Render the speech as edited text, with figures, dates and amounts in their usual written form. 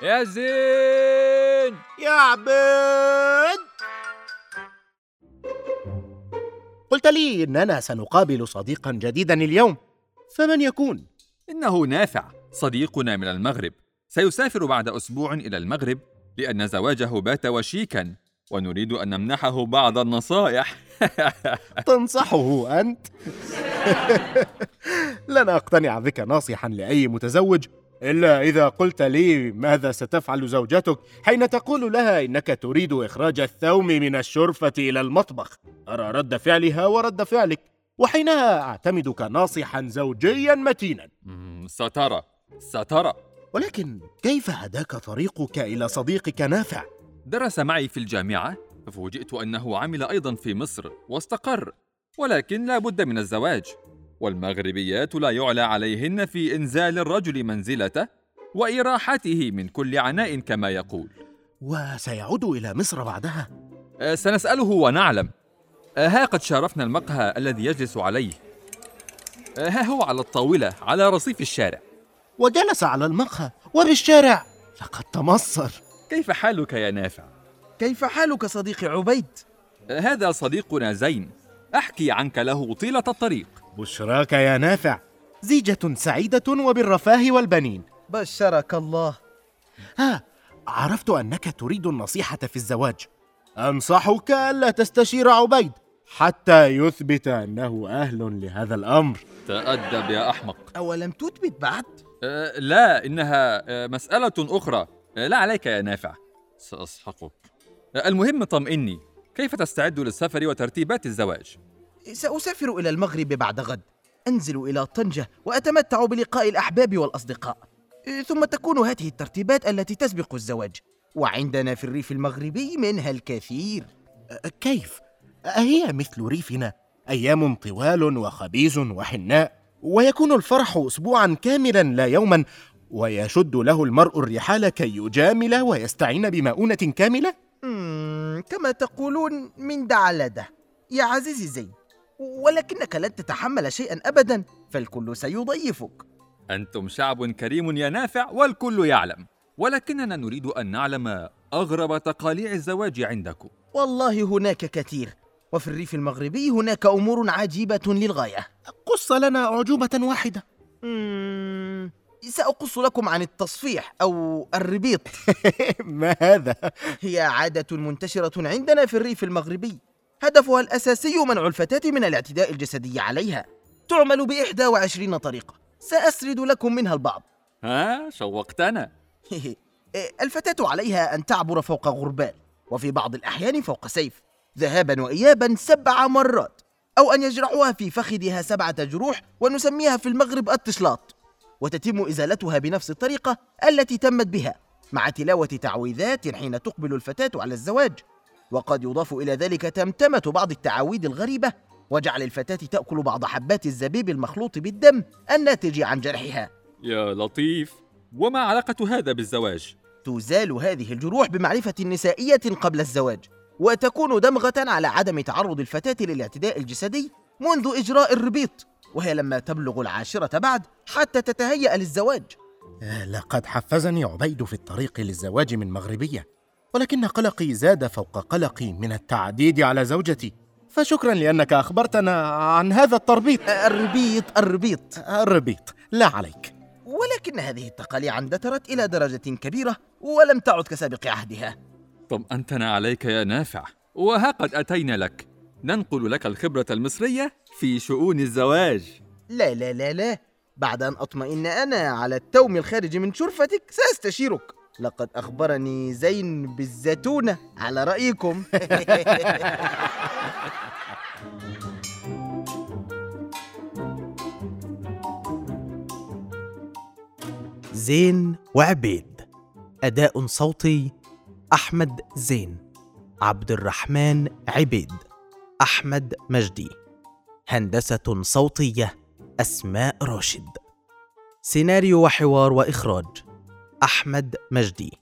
يا زين يا عبيد، قلت لي إننا سنقابل صديقا جديدا اليوم، فمن يكون؟ إنه نافع صديقنا من المغرب، سيسافر بعد أسبوع إلى المغرب لأن زواجه بات وشيكا ونريد أن نمنحه بعض النصائح. تنصحه أنت؟ لن أقتنع بك ناصحا لأي متزوج إلا إذا قلت لي ماذا ستفعل زوجتك حين تقول لها إنك تريد إخراج الثوم من الشرفة إلى المطبخ. أرى رد فعلها ورد فعلك، وحينها أعتمدك ناصحا زوجيا متينا. سترى. ولكن كيف هداك طريقك إلى صديقك نافع؟ درس معي في الجامعة، ففوجئت أنه عمل أيضا في مصر واستقر، ولكن لا بد من الزواج، والمغربيات لا يعلى عليهن في إنزال الرجل منزلته وإراحته من كل عناء كما يقول. وسيعود إلى مصر بعدها؟ سنسأله ونعلم. ها قد شارفنا المقهى الذي يجلس عليه، ها هو على الطاولة على رصيف الشارع. وجلس على المقهى وبالشارع؟ لقد تمصر. كيف حالك يا نافع؟ كيف حالك صديقي عبيد؟ هذا صديقنا زين، أحكي عنك له طيلة الطريق. بشراك يا نافع، زيجة سعيدة وبالرفاه والبنين. بشرك الله. عرفت أنك تريد النصيحة في الزواج. أنصحك ألا تستشير عبيد حتى يثبت أنه أهل لهذا الأمر. تأدب يا أحمق. أولم تثبت بعد؟ لا، إنها مسألة أخرى. لا عليك يا نافع، سأسحقك. المهم طمئني، كيف تستعد للسفر وترتيبات الزواج؟ سأسافر إلى المغرب بعد غد، أنزل إلى طنجة وأتمتع بلقاء الأحباب والأصدقاء، ثم تكون هذه الترتيبات التي تسبق الزواج، وعندنا في الريف المغربي منها الكثير. كيف؟ أهي مثل ريفنا أيام طوال وخبيز وحناء، ويكون الفرح أسبوعا كاملا لا يوما، ويشد له المرء الرحال كي يجامل ويستعين بمؤونة كاملة؟ كما تقولون من ده على ده يا عزيزي زين، ولكنك لن تتحمل شيئا أبدا، فالكل سيضيفك. أنتم شعب كريم يا نافع والكل يعلم، ولكننا نريد أن نعلم أغرب تقاليع الزواج عندكم. والله هناك كثير، وفي الريف المغربي هناك أمور عجيبة للغاية. قص لنا أعجوبة واحدة. سأقص لكم عن التصفيح أو الربيط. ما هذا؟ هي عادة منتشرة عندنا في الريف المغربي، هدفها الأساسي منع الفتاة من الاعتداء الجسدي عليها. تعمل ب21 طريقة، سأسرد لكم منها البعض. شوقتنا. الفتاة عليها أن تعبر فوق غربال، وفي بعض الأحيان فوق سيف، ذهابا وإيابا 7 مرات، أو أن يجرحوها في فخذها 7 جروح، ونسميها في المغرب التشلاط، وتتم إزالتها بنفس الطريقة التي تمت بها، مع تلاوة تعويذات حين تقبل الفتاة على الزواج. وقد يضاف إلى ذلك تمتمة بعض التعاويذ الغريبة، وجعل الفتاة تأكل بعض حبات الزبيب المخلوط بالدم الناتج عن جرحها. يا لطيف، وما علاقة هذا بالزواج؟ تزال هذه الجروح بمعرفة نسائية قبل الزواج، وتكون دمغة على عدم تعرض الفتاة للاعتداء الجسدي منذ إجراء الربيط، وهي لما تبلغ 10 بعد حتى تتهيأ للزواج. لقد حفزني عبيد في الطريق للزواج من مغربية، ولكن قلقي زاد فوق قلقي من التعديد على زوجتي، فشكرا لأنك أخبرتنا عن هذا التربيط. الربيط لا عليك. ولكن هذه التقاليع اندثرت إلى درجة كبيرة ولم تعد كسابق عهدها. طمأنتنا عليك يا نافع، وها قد أتينا لك ننقل لك الخبرة المصرية في شؤون الزواج. لا لا لا لا، بعد أن أطمئن أنا على التوم الخارج من شرفتك سأستشيرك. لقد أخبرني زين بالزيتونة على رأيكم. زين وعبيد. أداء صوتي: أحمد زين، عبد الرحمن عبيد، أحمد مجدي. هندسة صوتية: أسماء راشد. سيناريو وحوار وإخراج: أحمد مجدي.